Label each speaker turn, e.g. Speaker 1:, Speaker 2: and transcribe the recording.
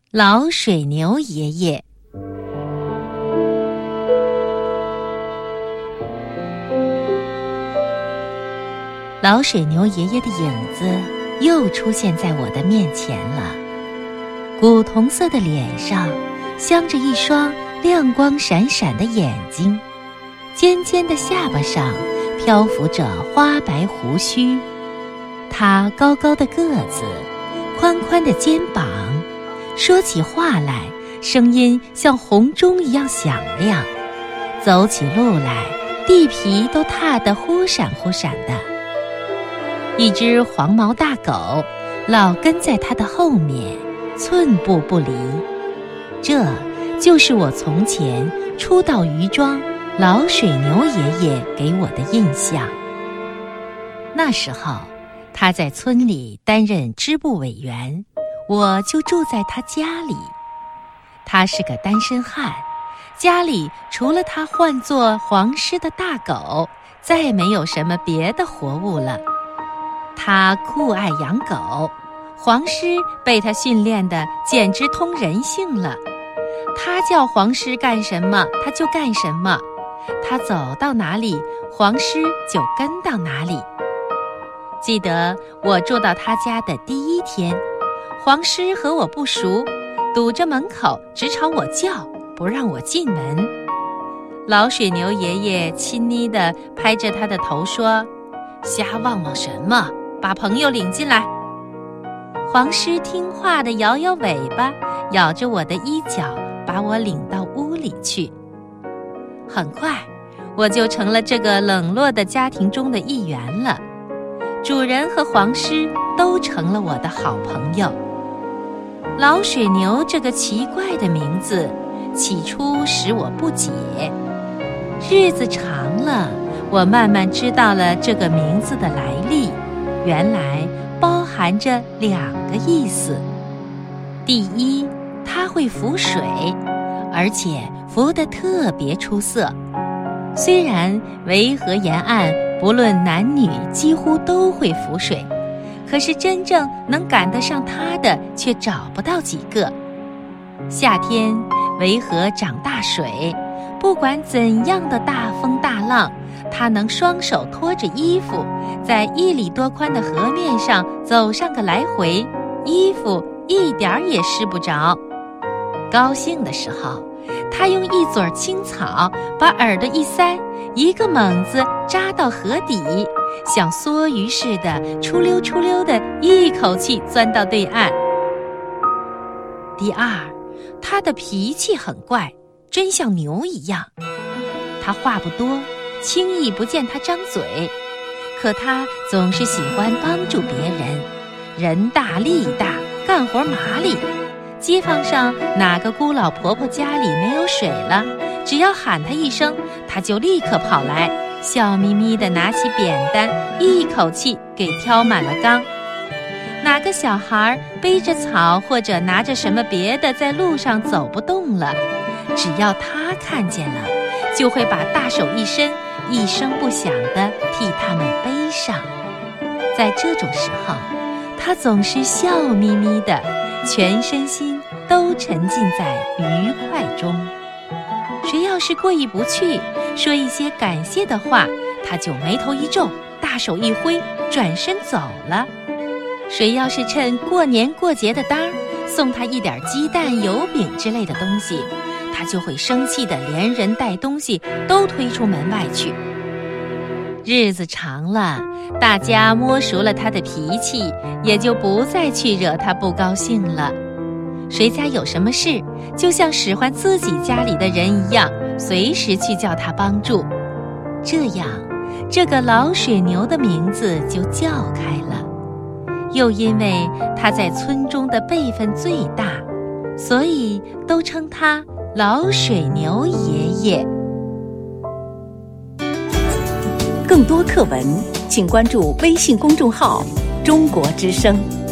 Speaker 1: 老水牛爷爷。老水牛爷爷的影子又出现在我的面前了，古铜色的脸上镶着一双亮光闪闪的眼睛，尖尖的下巴上漂浮着花白胡须。他高高的个子，宽宽的肩膀，说起话来声音像洪钟一样响亮，走起路来地皮都踏得忽闪忽闪的。一只黄毛大狗老跟在他的后面，寸步不离。这就是我从前初到渔庄老水牛爷爷给我的印象。那时候他在村里担任支部委员，我就住在他家里。他是个单身汉，家里除了他唤作黄狮的大狗，再没有什么别的活物了。他酷爱养狗，黄狮被他训练得简直通人性了。他叫黄狮干什么，他就干什么。他走到哪里，黄狮就跟到哪里。记得我住到他家的第一天，黄狮和我不熟，堵着门口直朝我叫，不让我进门。老水牛爷爷亲昵地拍着他的头说：“瞎望望什么，把朋友领进来。”黄狮听话地摇摇尾巴，咬着我的衣角，把我领到屋里去。很快我就成了这个冷落的家庭中的一员了，主人和黄狮都成了我的好朋友。老水牛这个奇怪的名字起初使我不解，日子长了，我慢慢知道了这个名字的来历，原来包含着两个意思。第一，它会浮水，而且浮得特别出色。虽然维河沿岸不论男女几乎都会浮水，可是真正能赶得上它的却找不到几个。夏天维河涨大水，不管怎样的大风大浪，它能双手托着衣服，在1里多宽的河面上走上个来回，衣服一点儿也湿不着。高兴的时候，他用一撮青草把耳朵一塞，一个猛子扎到河底，像梭鱼似的出溜出溜的一口气钻到对岸。第二，他的脾气很怪，真像牛一样。他话不多，轻易不见他张嘴，可他总是喜欢帮助别人，人大力大，干活麻利。街坊上哪个姑老婆婆家里没有水了，只要喊他一声，他就立刻跑来，笑眯眯地拿起扁担，一口气给挑满了缸。哪个小孩背着草或者拿着什么别的在路上走不动了，只要他看见了，就会把大手一伸，一声不响地替他们背上。在这种时候，他总是笑眯眯的，全身心都沉浸在愉快中。谁要是过意不去，说一些感谢的话，他就眉头一皱，大手一挥，转身走了。谁要是趁过年过节的当儿送他一点鸡蛋油饼之类的东西，他就会生气的连人带东西都推出门外去。日子长了，大家摸熟了他的脾气，也就不再去惹他不高兴了。谁家有什么事，就像使唤自己家里的人一样，随时去叫他帮助。这样，这个老水牛的名字就叫开了。又因为他在村中的辈分最大，所以都称他老水牛爷爷。
Speaker 2: 更多课文请关注微信公众号“中国之声”。